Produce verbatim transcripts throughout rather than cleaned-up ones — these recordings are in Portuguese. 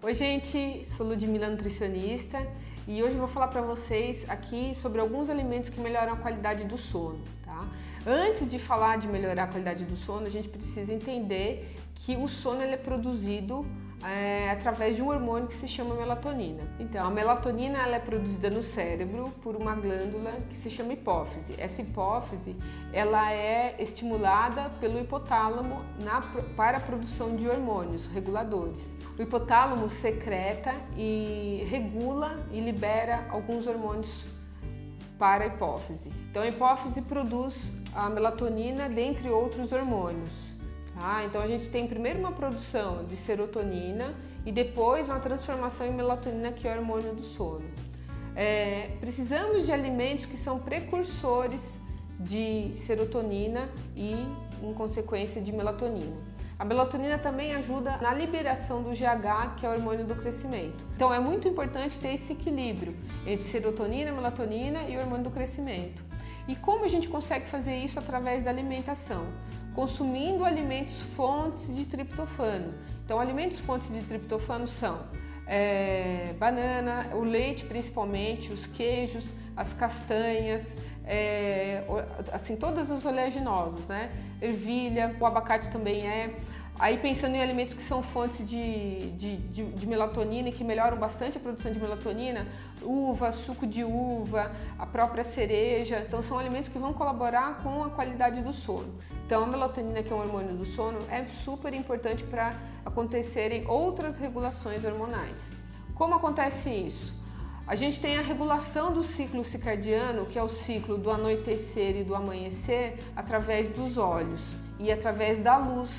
Oi gente, sou Ludmila, nutricionista, e hoje eu vou falar para vocês aqui sobre alguns alimentos que melhoram a qualidade do sono, tá? Antes de falar de melhorar a qualidade do sono, a gente precisa entender que o sono ele é produzido é, através de um hormônio que se chama melatonina. Então, a melatonina ela é produzida no cérebro por uma glândula que se chama hipófise. Essa hipófise ela é estimulada pelo hipotálamo na, para a produção de hormônios reguladores. O hipotálamo secreta e regula e libera alguns hormônios para a hipófise. Então, a hipófise produz a melatonina, dentre outros hormônios. Tá? Então, a gente tem primeiro uma produção de serotonina e depois uma transformação em melatonina, que é o hormônio do sono. É, precisamos de alimentos que são precursores de serotonina e, em consequência, de melatonina. A melatonina também ajuda na liberação do G H, que é o hormônio do crescimento. Então é muito importante ter esse equilíbrio entre serotonina, melatonina e o hormônio do crescimento. E como a gente consegue fazer isso? Através da alimentação, consumindo alimentos fontes de triptofano. Então alimentos fontes de triptofano são é, banana, o leite principalmente, os queijos, as castanhas, é, assim, todas as oleaginosas, né? Ervilha, o abacate também é. Aí pensando em alimentos que são fontes de, de, de, de melatonina e que melhoram bastante a produção de melatonina, uva, suco de uva, a própria cereja. Então são alimentos que vão colaborar com a qualidade do sono. Então a melatonina, que é um hormônio do sono, é super importante para acontecerem outras regulações hormonais. Como acontece isso? A gente tem a regulação do ciclo circadiano, que é o ciclo do anoitecer e do amanhecer, através dos olhos e através da luz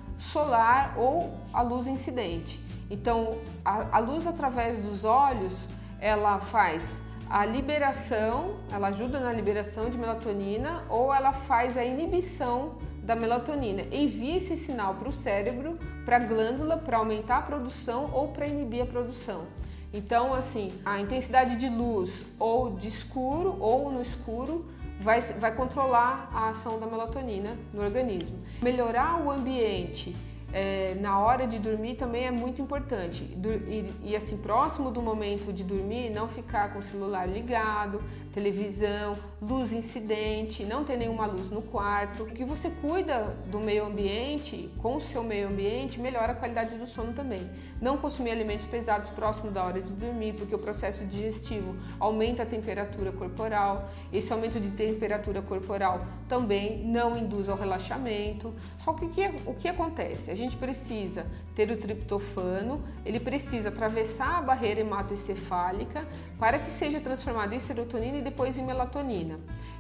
solar ou a luz incidente. Então, a, a luz através dos olhos, ela faz a liberação, ela ajuda na liberação de melatonina ou ela faz a inibição da melatonina. Envia esse sinal para o cérebro, para a glândula, para aumentar a produção ou para inibir a produção. Então, assim, a intensidade de luz ou de escuro ou no escuro vai, vai controlar a ação da melatonina no organismo. Melhorar o ambiente é, na hora de dormir também é muito importante. E, e assim, próximo do momento de dormir, não ficar com o celular ligado, televisão, luz incidente, não ter nenhuma luz no quarto. Que você cuida do meio ambiente, com o seu meio ambiente, melhora a qualidade do sono também. Não consumir alimentos pesados próximo da hora de dormir, porque o processo digestivo aumenta a temperatura corporal. Esse aumento de temperatura corporal também não induz ao relaxamento. Só que o que, o que acontece? A gente precisa ter o triptofano, ele precisa atravessar a barreira hematoencefálica para que seja transformado em serotonina e depois em melatonina.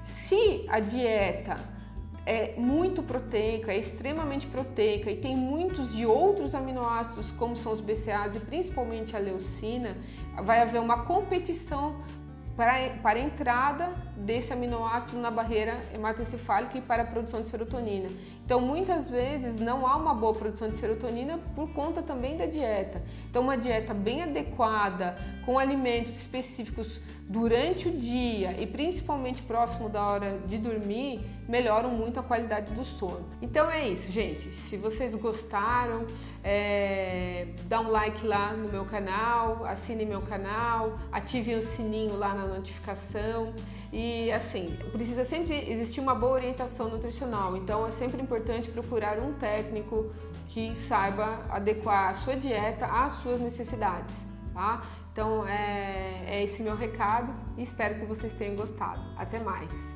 Se a dieta é muito proteica, é extremamente proteica e tem muitos de outros aminoácidos, como são os B C As e principalmente a leucina, vai haver uma competição para, para a entrada desse aminoácido na barreira hematoencefálica e para a produção de serotonina. Então, muitas vezes não há uma boa produção de serotonina por conta também da dieta. Então, uma dieta bem adequada, com alimentos específicos durante o dia e principalmente próximo da hora de dormir, melhoram muito a qualidade do sono. Então é isso, gente. Se vocês gostaram, é, dá um like lá no meu canal, assinem meu canal, ativem o sininho lá na notificação. E assim, precisa sempre existir uma boa orientação nutricional, então é sempre importante procurar um técnico que saiba adequar a sua dieta às suas necessidades, tá? Então é, é esse meu recado e espero que vocês tenham gostado. Até mais!